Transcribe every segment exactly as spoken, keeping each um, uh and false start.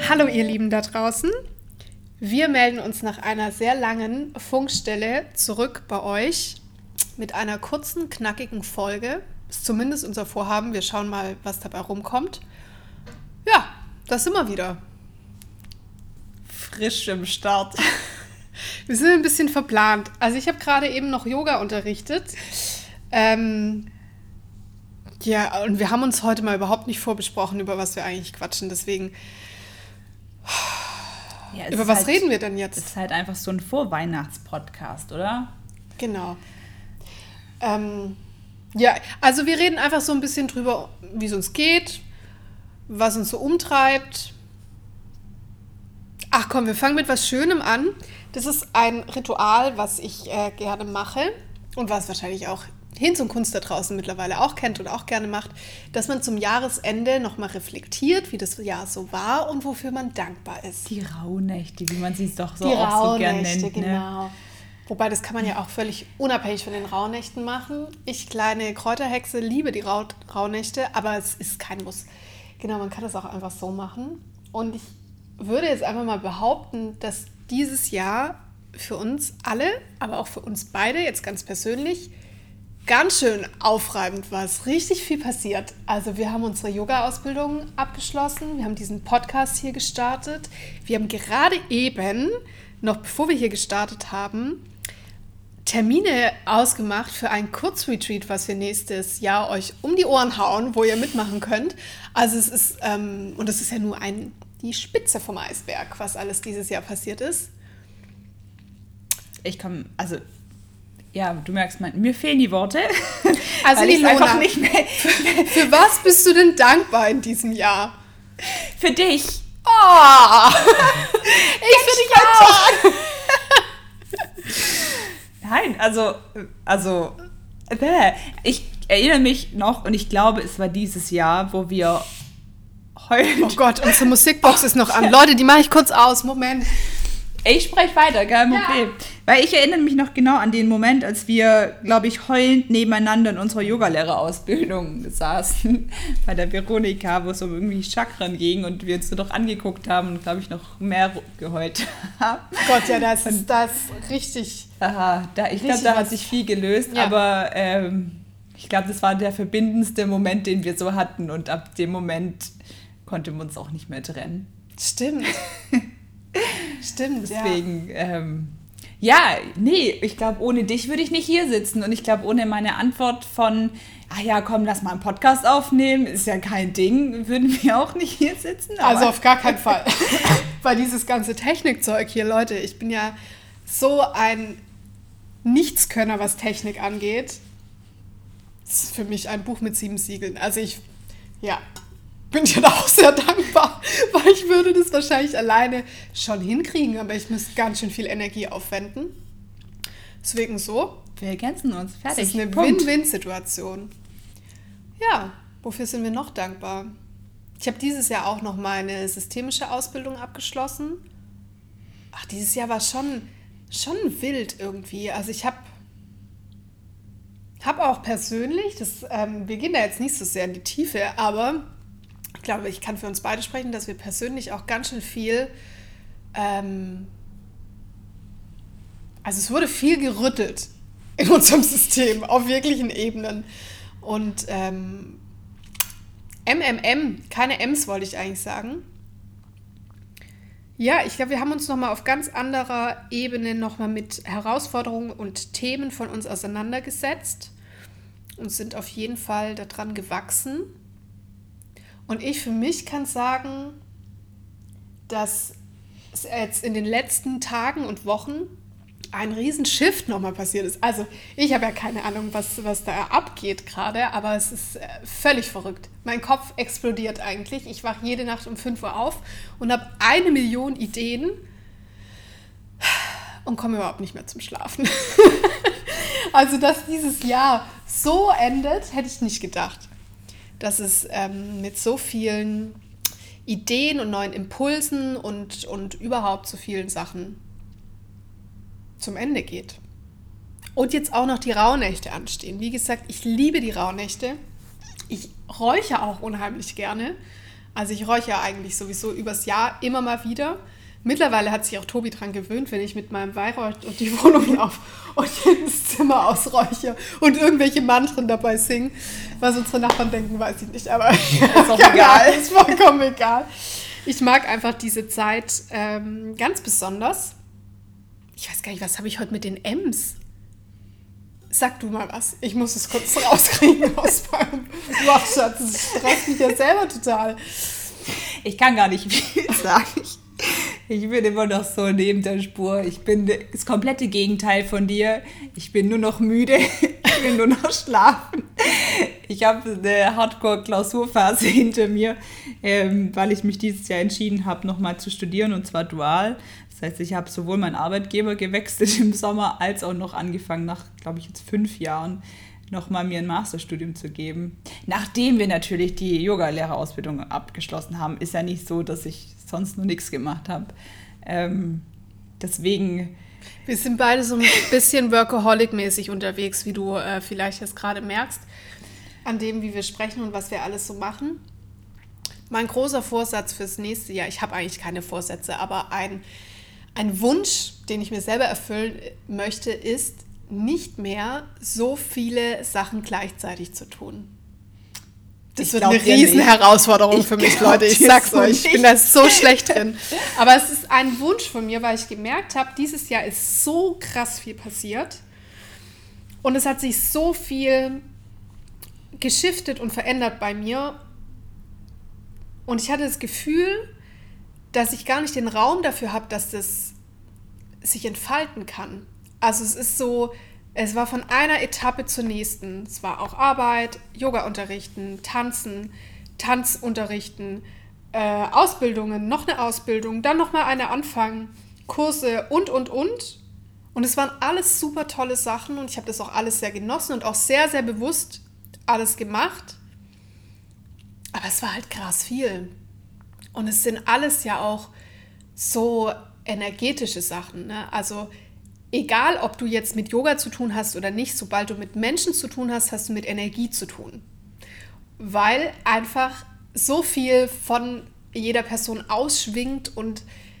Hallo ihr Lieben da draußen. Wir melden uns nach einer sehr langen Funkstelle zurück bei euch mit einer kurzen, knackigen Folge. Ist zumindest unser Vorhaben. Wir schauen mal, was dabei rumkommt. Ja, das sind wir wieder. Frisch im Start. Wir sind ein bisschen verplant. Also ich habe gerade eben noch Yoga unterrichtet. Ähm, ja, und wir haben uns heute mal überhaupt nicht vorbesprochen, über was wir eigentlich quatschen. Deswegen, Ja, über was halt, reden wir denn jetzt? Es ist halt einfach so ein Vorweihnachts-Podcast, oder? Genau. Ähm, ja, also wir reden einfach so ein bisschen drüber, wie es uns geht, was uns so umtreibt. Ach komm, wir fangen mit was Schönem an. Das ist ein Ritual, was ich äh, gerne mache und was wahrscheinlich auch Hinz und Kunst da draußen mittlerweile auch kennt und auch gerne macht, dass man zum Jahresende nochmal reflektiert, wie das Jahr so war und wofür man dankbar ist. Die Rauhnächte, wie man sie doch so Die auch so gerne Rauhnächte, nennt. Ne? genau. Wobei, das kann man ja auch völlig unabhängig von den Rauhnächten machen. Ich, kleine Kräuterhexe, liebe die Rau- Rauhnächte, aber es ist kein Muss. Genau, man kann das auch einfach so machen. Und ich würde jetzt einfach mal behaupten, dass dieses Jahr für uns alle, aber auch für uns beide, jetzt ganz persönlich, ganz schön aufreibend war. Es richtig viel passiert. Also wir haben unsere Yoga-Ausbildung abgeschlossen, wir haben diesen Podcast hier gestartet. Wir haben gerade eben, noch bevor wir hier gestartet haben, Termine ausgemacht für ein Kurzretreat, was wir nächstes Jahr euch um die Ohren hauen, wo ihr mitmachen könnt. Also es ist, ähm, und es ist ja nur ein, die Spitze vom Eisberg, was alles dieses Jahr passiert ist. Ich komme, also, ja, du merkst, mein, mir fehlen die Worte. Also weil ich Ilona, einfach nicht mehr. Für, für was bist du denn dankbar in diesem Jahr? Für dich. Oh, ich finde dich auch. Nein, also, also, äh, ich erinnere mich noch und ich glaube, es war dieses Jahr, wo wir heulend... Oh Gott, unsere Musikbox ist noch an. Leute, die mache ich kurz aus. Moment. Ich spreche weiter, kein Problem. Ja. Weil ich erinnere mich noch genau an den Moment, als wir, glaube ich, heulend nebeneinander in unserer Yogalehrerausbildung saßen, bei der Veronika, wo es um irgendwie Chakren ging und wir uns so doch angeguckt haben und, glaube ich, noch mehr geheult haben. Gott, ja, das ist das richtig... Aha, da, ich glaube, da hat sich viel gelöst, ja. aber ähm, ich glaube, das war der verbindendste Moment, den wir so hatten und ab dem Moment konnten wir uns auch nicht mehr trennen. Stimmt. Stimmt, Deswegen, ja. Ähm, ja, nee, ich glaube, ohne dich würde ich nicht hier sitzen. Und ich glaube, ohne meine Antwort von, ach ja, komm, lass mal einen Podcast aufnehmen, ist ja kein Ding, würden wir auch nicht hier sitzen. Aber also auf gar keinen Fall. Weil dieses ganze Technikzeug hier, Leute, ich bin ja so ein Nichtskönner, was Technik angeht. Das ist für mich ein Buch mit sieben Siegeln. Also ich, ja... bin dir da auch sehr dankbar, weil ich würde das wahrscheinlich alleine schon hinkriegen, aber ich müsste ganz schön viel Energie aufwenden. Deswegen so. Wir ergänzen uns. Fertig. Das ist eine Punkt. Win-Win-Situation. Ja, wofür sind wir noch dankbar? Ich habe dieses Jahr auch noch meine systemische Ausbildung abgeschlossen. Ach, dieses Jahr war schon, schon wild irgendwie. Also ich habe hab auch persönlich, das, ähm, wir gehen da jetzt nicht so sehr in die Tiefe, aber ich glaube, ich kann für uns beide sprechen, dass wir persönlich auch ganz schön viel, ähm, also es wurde viel gerüttelt in unserem System auf jeglichen Ebenen. Und ähm, M M M, keine M's wollte ich eigentlich sagen. Ja, ich glaube, wir haben uns nochmal auf ganz anderer Ebene nochmal mit Herausforderungen und Themen von uns auseinandergesetzt und sind auf jeden Fall daran gewachsen. Und ich für mich kann sagen, dass es jetzt in den letzten Tagen und Wochen ein riesen Shift nochmal passiert ist. Also ich habe ja keine Ahnung, was, was da abgeht gerade, aber es ist völlig verrückt. Mein Kopf explodiert eigentlich. Ich wache jede Nacht um fünf Uhr auf und habe eine Million Ideen und komme überhaupt nicht mehr zum Schlafen. Also dass dieses Jahr so endet, hätte ich nicht gedacht. Dass es ähm, mit so vielen Ideen und neuen Impulsen und, und überhaupt so vielen Sachen zum Ende geht. Und jetzt auch noch die Rauhnächte anstehen. Wie gesagt, ich liebe die Rauhnächte. Ich räuchere auch unheimlich gerne. Also ich räuche ja eigentlich sowieso übers Jahr immer mal wieder. Mittlerweile hat sich auch Tobi dran gewöhnt, wenn ich mit meinem Weihrauch durch die Wohnung laufe und das Zimmer ausräuche und irgendwelche Mantren dabei singe. Was unsere Nachbarn denken, weiß ich nicht, aber ist auch egal. Ist vollkommen egal. Ich mag einfach diese Zeit ähm, ganz besonders. Ich weiß gar nicht, was habe ich heute mit den M's? Sag du mal was. Ich muss es kurz rauskriegen aus meinem Wortschatz. Das stresst mich ja selber total. Ich kann gar nicht viel sagen. Ich, ich bin immer noch so neben der Spur. Ich bin das komplette Gegenteil von dir. Ich bin nur noch müde. Ich will nur noch schlafen. Ich habe eine Hardcore-Klausurphase hinter mir, ähm, weil ich mich dieses Jahr entschieden habe, nochmal zu studieren, und zwar dual. Das heißt, ich habe sowohl meinen Arbeitgeber gewechselt im Sommer, als auch noch angefangen, nach, glaube ich, jetzt fünf Jahren nochmal mir ein Masterstudium zu geben. Nachdem wir natürlich die Yoga-Lehrerausbildung abgeschlossen haben, ist ja nicht so, dass ich sonst noch nichts gemacht habe. Ähm, deswegen... Wir sind beide so ein bisschen Workaholic-mäßig unterwegs, wie du äh, vielleicht jetzt gerade merkst, an dem, wie wir sprechen und was wir alles so machen. Mein großer Vorsatz fürs nächste Jahr, ich habe eigentlich keine Vorsätze, aber ein, ein Wunsch, den ich mir selber erfüllen möchte, ist, nicht mehr so viele Sachen gleichzeitig zu tun. Das Ich wird glaub eine dir riesen nicht. Herausforderung Ich für mich, glaub Leute. Ich dir sag's so euch, ich nicht. bin da so schlecht drin. Aber es ist ein Wunsch von mir, weil ich gemerkt habe, dieses Jahr ist so krass viel passiert. Und es hat sich so viel geschiftet und verändert bei mir. Und ich hatte das Gefühl, dass ich gar nicht den Raum dafür habe, dass das sich entfalten kann. Also es ist so, es war von einer Etappe zur nächsten. Es war auch Arbeit, Yoga unterrichten, Tanzen, Tanz unterrichten, äh, Ausbildungen, noch eine Ausbildung, dann nochmal eine anfangen, Kurse und, und, und. Und es waren alles super tolle Sachen und ich habe das auch alles sehr genossen und auch sehr, sehr bewusst alles gemacht. Aber es war halt krass viel. Und es sind alles ja auch so energetische Sachen, ne? Also egal, ob du jetzt mit Yoga zu tun hast oder nicht, sobald du mit Menschen zu tun hast, hast du mit Energie zu tun. Weil einfach so viel von jeder Person ausschwingt und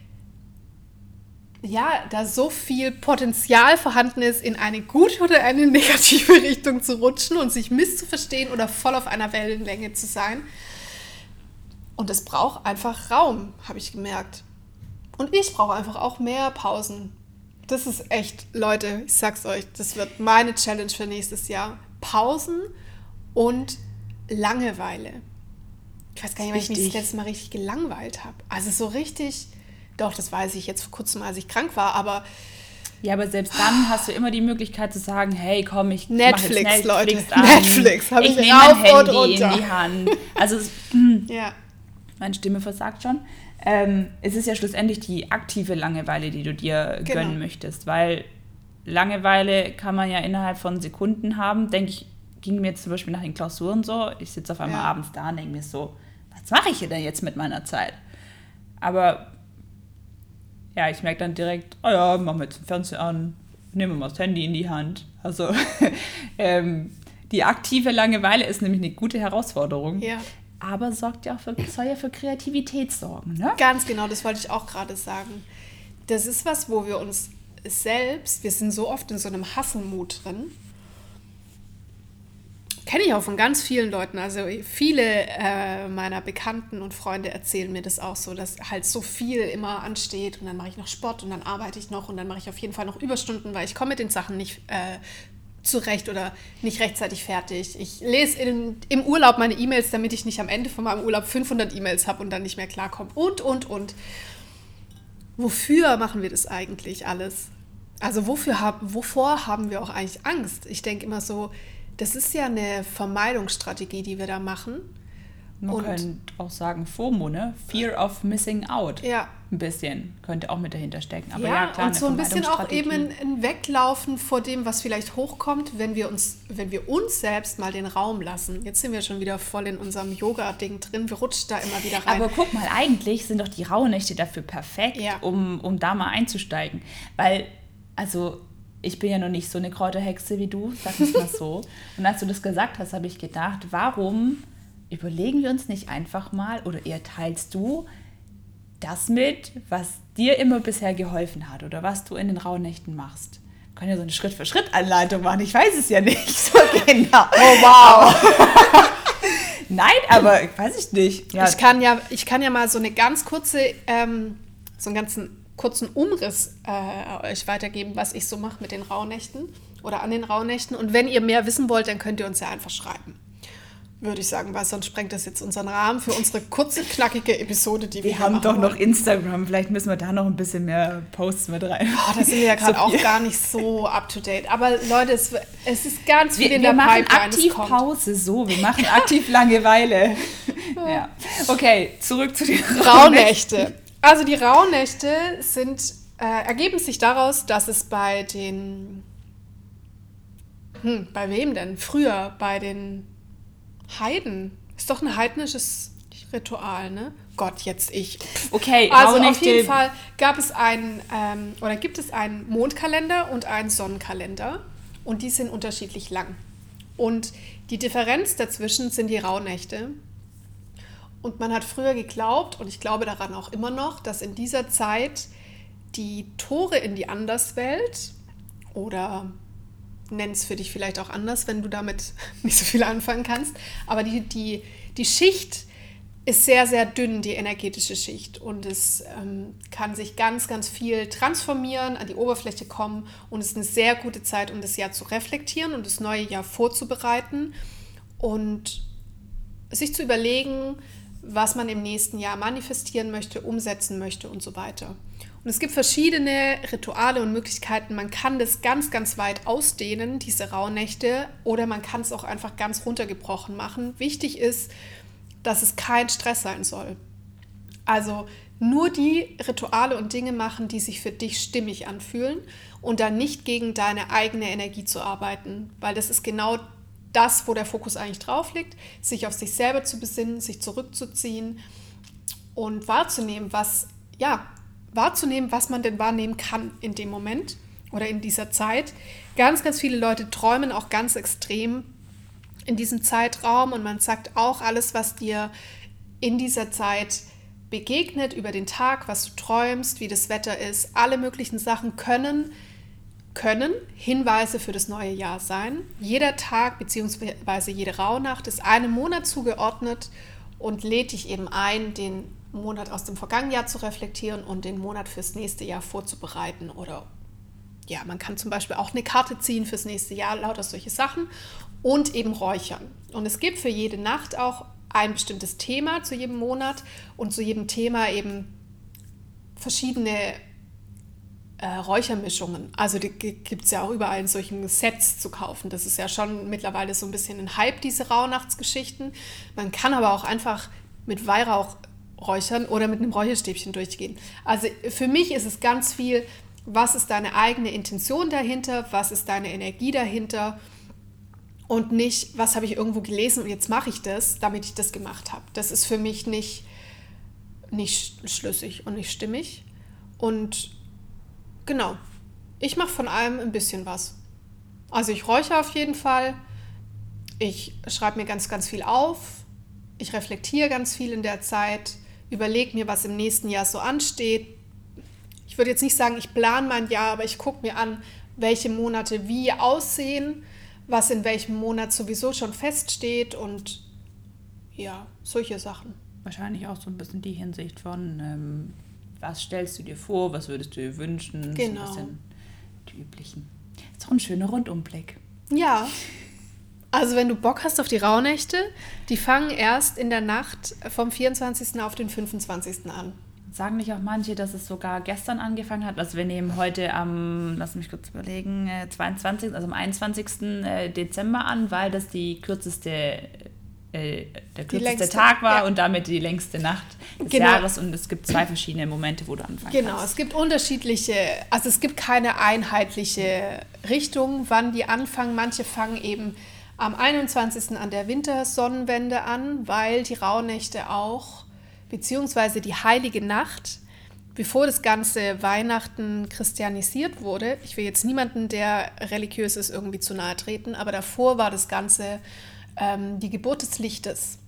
ja, da so viel Potenzial vorhanden ist, in eine gute oder eine negative Richtung zu rutschen und sich misszuverstehen oder voll auf einer Wellenlänge zu sein. Und es braucht einfach Raum, habe ich gemerkt. Und ich brauche einfach auch mehr Pausen. Das ist echt, Leute, ich sag's euch, das wird meine Challenge für nächstes Jahr. Pausen und Langeweile. Ich weiß gar nicht, wann ich mich das letzte Mal richtig gelangweilt habe. Also so richtig, doch, das weiß ich jetzt vor kurzem, als ich krank war, aber... Ja, aber selbst dann hast du immer die Möglichkeit zu sagen, hey, komm, ich Netflix, mach jetzt Netflix Leute. an. Netflix, habe ich, ich nehme mein Handy in die Hand. Also, hm, ja. Meine Stimme versagt schon. Ähm, es ist ja schlussendlich die aktive Langeweile, die du dir Genau. gönnen möchtest, weil Langeweile kann man ja innerhalb von Sekunden haben. Denke ich, ging mir jetzt zum Beispiel nach den Klausuren so, ich sitze auf einmal Ja. abends da und denke mir so, was mache ich denn jetzt mit meiner Zeit? Aber ja, ich merke dann direkt, oh ja, machen wir jetzt den Fernseher an, nehmen wir mal das Handy in die Hand. Also ähm, die aktive Langeweile ist nämlich eine gute Herausforderung. Ja. Aber sorgt ja auch für, soll ja für Kreativität sorgen, ne? Ganz genau, das wollte ich auch gerade sagen. Das ist was, wo wir uns selbst, wir sind so oft in so einem Hasselmut drin. Kenne ich auch von ganz vielen Leuten. Also viele äh, meiner Bekannten und Freunde erzählen mir das auch so, dass halt so viel immer ansteht und dann mache ich noch Sport und dann arbeite ich noch und dann mache ich auf jeden Fall noch Überstunden, weil ich komme mit den Sachen nicht äh, zurecht oder nicht rechtzeitig fertig. Ich lese in, im Urlaub meine E-Mails, damit ich nicht am Ende von meinem Urlaub fünfhundert E-Mails habe und dann nicht mehr klarkomme. Und, und, und. Wofür machen wir das eigentlich alles? Also wofür hab, wovor haben wir auch eigentlich Angst? Ich denke immer so, das ist ja eine Vermeidungsstrategie, die wir da machen. Man Und- könnte auch sagen FOMO, ne? Fear of Missing Out. Ja. Ein bisschen. Könnte auch mit dahinter stecken. Aber ja, ja, klar, und eine so ein bisschen auch eben Vermeidungsstrategie. ein, ein Weglaufen vor dem, was vielleicht hochkommt, wenn wir uns, wenn wir uns selbst mal den Raum lassen. Jetzt sind wir schon wieder voll in unserem Yoga-Ding drin. Wir rutschen da immer wieder rein. Aber guck mal, eigentlich sind doch die Rauhnächte dafür perfekt, Ja. um, um da mal einzusteigen. Weil, also, ich bin ja noch nicht so eine Kräuterhexe wie du, sag es mal so. Und als du das gesagt hast, habe ich gedacht, warum überlegen wir uns nicht einfach mal, oder eher teilst du das mit, was dir immer bisher geholfen hat oder was du in den Rauhnächten machst? Wir können ja so eine Schritt-für-Schritt-Anleitung machen, ich weiß es ja nicht so genau. Oh wow! Nein, aber ich weiß ich nicht. Ja. Ich kann ja, ich kann ja mal so eine ganz kurze, ähm, so einen ganzen kurzen Umriss äh, euch weitergeben, was ich so mache mit den Rauhnächten oder an den Rauhnächten. Und wenn ihr mehr wissen wollt, dann könnt ihr uns ja einfach schreiben. Würde ich sagen, weil sonst sprengt das jetzt unseren Rahmen für unsere kurze, knackige Episode, die wir, wir hier haben machen doch wollen. noch Instagram, vielleicht müssen wir da noch ein bisschen mehr Posts mit rein. Oh, da sind wir ja gerade So auch viel. gar nicht so up to date. Aber Leute, es, es ist ganz viel Wir, in wir der machen Pipeline. aktiv es kommt. Pause, so, wir machen aktiv Langeweile. Ja. Okay, zurück zu den Rauhnächten. Rauhnächte. Also die Rauhnächte sind, äh, ergeben sich daraus, dass es bei den, hm, bei wem denn? Früher bei den Heiden. Ist doch ein heidnisches Ritual, ne? Gott, jetzt ich. Okay, Also auf Rauhnächte. jeden Fall gab es einen, ähm, oder gibt es einen Mondkalender und einen Sonnenkalender und die sind unterschiedlich lang. Und die Differenz dazwischen sind die Rauhnächte. Und man hat früher geglaubt, und ich glaube daran auch immer noch, dass in dieser Zeit die Tore in die Anderswelt, oder nenn es für dich vielleicht auch anders, wenn du damit nicht so viel anfangen kannst, aber die, die, die Schicht ist sehr, sehr dünn, die energetische Schicht. Und es ähm, kann sich ganz, ganz viel transformieren, an die Oberfläche kommen. Und es ist eine sehr gute Zeit, um das Jahr zu reflektieren und das neue Jahr vorzubereiten und sich zu überlegen, was man im nächsten Jahr manifestieren möchte, umsetzen möchte und so weiter. Und es gibt verschiedene Rituale und Möglichkeiten. Man kann das ganz, ganz weit ausdehnen, diese Rauhnächte, oder man kann es auch einfach ganz runtergebrochen machen. Wichtig ist, dass es kein Stress sein soll. Also nur die Rituale und Dinge machen, die sich für dich stimmig anfühlen und dann nicht gegen deine eigene Energie zu arbeiten, weil das ist genau das, wo der Fokus eigentlich drauf liegt, sich auf sich selber zu besinnen, sich zurückzuziehen und wahrzunehmen, was, ja, wahrzunehmen, was man denn wahrnehmen kann in dem Moment oder in dieser Zeit. Ganz, ganz viele Leute träumen auch ganz extrem in diesem Zeitraum und man sagt auch, alles, was dir in dieser Zeit begegnet, über den Tag, was du träumst, wie das Wetter ist, alle möglichen Sachen können können Hinweise für das neue Jahr sein. Jeder Tag bzw. jede Rauhnacht ist einem Monat zugeordnet und lädt dich eben ein, den Monat aus dem vergangenen Jahr zu reflektieren und den Monat fürs nächste Jahr vorzubereiten. Oder ja, man kann zum Beispiel auch eine Karte ziehen fürs nächste Jahr, lauter solche Sachen und eben räuchern. Und es gibt für jede Nacht auch ein bestimmtes Thema zu jedem Monat und zu jedem Thema eben verschiedene Äh, Räuchermischungen. Also die gibt es ja auch überall in solchen Sets zu kaufen. Das ist ja schon mittlerweile so ein bisschen ein Hype, diese Rauhnachtsgeschichten. Man kann aber auch einfach mit Weihrauch räuchern oder mit einem Räucherstäbchen durchgehen. Also für mich ist es ganz viel, was ist deine eigene Intention dahinter, was ist deine Energie dahinter und nicht, was habe ich irgendwo gelesen und jetzt mache ich das, damit ich das gemacht habe. Das ist für mich nicht, nicht schlüssig und nicht stimmig. Und genau, ich mache von allem ein bisschen was. Also ich räuchere auf jeden Fall, ich schreibe mir ganz, ganz viel auf, ich reflektiere ganz viel in der Zeit, überlege mir, was im nächsten Jahr so ansteht. Ich würde jetzt nicht sagen, ich plane mein Jahr, aber ich gucke mir an, welche Monate wie aussehen, was in welchem Monat sowieso schon feststeht und ja, solche Sachen. Wahrscheinlich auch so ein bisschen die Hinsicht von, ähm, was stellst du dir vor, was würdest du dir wünschen? Genau. So ein bisschen die üblichen. Ist doch ein schöner Rundumblick. Ja, also wenn du Bock hast auf die Rauhnächte, die fangen erst in der Nacht vom vierundzwanzigsten auf den fünfundzwanzigsten an. Sagen nicht auch manche, dass es sogar gestern angefangen hat? Also wir nehmen heute am, lass mich kurz überlegen, zweiundzwanzigsten also am einundzwanzigsten Dezember an, weil das die kürzeste, äh, der kürzeste längste, Tag war ja. und damit die längste Nacht des Genau. Jahres. Und es gibt zwei verschiedene Momente, wo du anfangen Genau, kannst. es gibt unterschiedliche, also es gibt keine einheitliche Richtung, wann die anfangen. Manche fangen eben am einundzwanzigsten an der Wintersonnenwende an, weil die Rauhnächte auch, beziehungsweise die Heilige Nacht, bevor das ganze Weihnachten christianisiert wurde, ich will jetzt niemanden, der religiös ist, irgendwie zu nahe treten, aber davor war das Ganze ähm, die Geburt des Lichtes.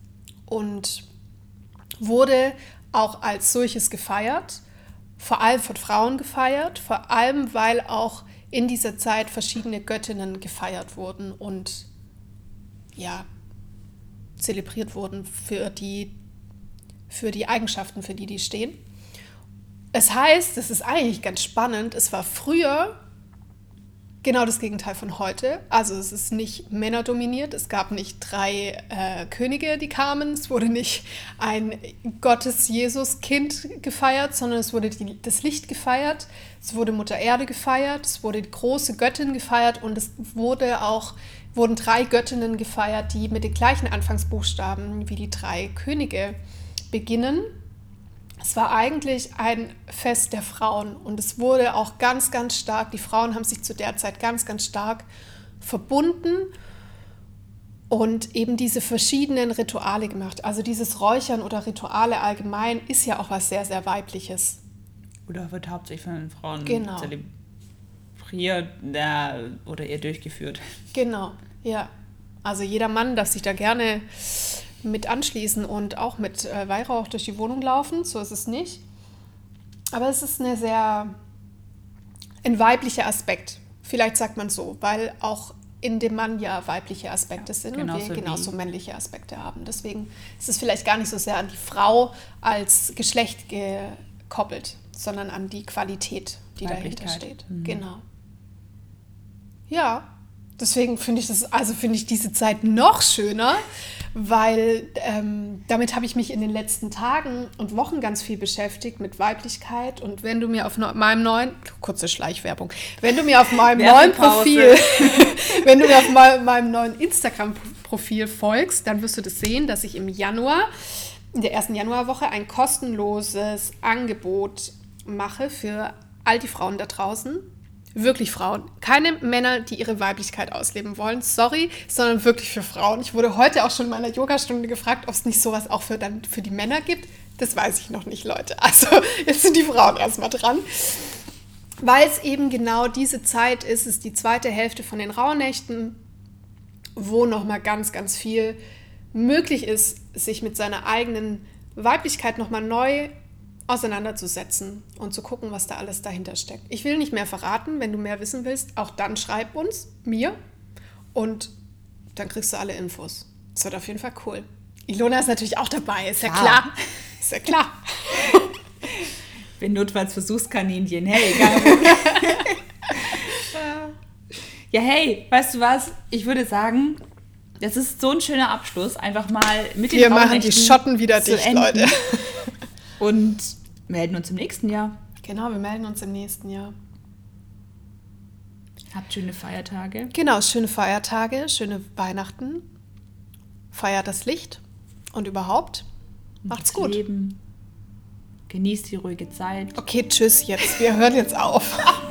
und wurde auch als solches gefeiert, vor allem von Frauen gefeiert, vor allem weil auch in dieser Zeit verschiedene Göttinnen gefeiert wurden und ja, zelebriert wurden für die, für die Eigenschaften, für die die stehen. Es heißt, das ist eigentlich ganz spannend, es war früher genau das Gegenteil von heute. Also es ist nicht männerdominiert, es gab nicht drei äh, Könige, die kamen, es wurde nicht ein Gottes-Jesus-Kind gefeiert, sondern es wurde die, das Licht gefeiert, es wurde Mutter Erde gefeiert, es wurde die große Göttin gefeiert und es wurde auch, wurden drei Göttinnen gefeiert, die mit den gleichen Anfangsbuchstaben wie die drei Könige beginnen. Es war eigentlich ein Fest der Frauen und es wurde auch ganz, ganz stark, die Frauen haben sich zu der Zeit ganz, ganz stark verbunden und eben diese verschiedenen Rituale gemacht. Also dieses Räuchern oder Rituale allgemein ist ja auch was sehr, sehr Weibliches. Oder wird hauptsächlich von den Frauen genau. zelebriert ja, oder eher durchgeführt. Genau, ja. Also jeder Mann darf sich da gerne mit anschließen und auch mit äh, Weihrauch durch die Wohnung laufen, so ist es nicht. Aber es ist eine sehr, ein weiblicher Aspekt, vielleicht sagt man so, weil auch in dem Mann ja weibliche Aspekte ja, sind und wir genauso männliche Aspekte haben. Deswegen ist es vielleicht gar nicht so sehr an die Frau als Geschlecht gekoppelt, sondern an die Qualität, die dahinter steht. Mhm. Genau. Ja, deswegen finde ich das, also finde ich diese Zeit noch schöner, weil ähm, damit habe ich mich in den letzten Tagen und Wochen ganz viel beschäftigt mit Weiblichkeit. Und wenn du mir auf no- meinem neuen, kurze Schleichwerbung, wenn du mir auf meinem neuen Profil, wenn du mir auf me- meinem neuen Instagram-Profil folgst, dann wirst du das sehen, dass ich im Januar, in der ersten Januarwoche, ein kostenloses Angebot mache für all die Frauen da draußen. Wirklich Frauen. Keine Männer, die ihre Weiblichkeit ausleben wollen. Sorry, sondern wirklich für Frauen. Ich wurde heute auch schon in meiner Yogastunde gefragt, ob es nicht sowas auch für, dann für die Männer gibt. Das weiß ich noch nicht, Leute. Also jetzt sind die Frauen erstmal dran. Weil es eben genau diese Zeit ist, es ist die zweite Hälfte von den Rauhnächten, wo nochmal ganz, ganz viel möglich ist, sich mit seiner eigenen Weiblichkeit nochmal neu auseinanderzusetzen und zu gucken, was da alles dahinter steckt. Ich will nicht mehr verraten, wenn du mehr wissen willst, auch dann schreib uns, mir, und dann kriegst du alle Infos. Das wird auf jeden Fall cool. Ilona ist natürlich auch dabei, ist ja klar. klar. Ist ja klar. Bin notfalls Versuchskaninchen, hey, egal. Ja, hey, weißt du was? Ich würde sagen, das ist so ein schöner Abschluss, einfach mal mit den Wir machen die Schotten wieder dicht, enden. Leute. Und melden uns im nächsten Jahr. Genau, wir melden uns im nächsten Jahr. Habt schöne Feiertage. Genau, schöne Feiertage, schöne Weihnachten. Feiert das Licht und überhaupt. Macht's gut. Leben. Genießt die ruhige Zeit. Okay, tschüss jetzt. Wir hören jetzt auf.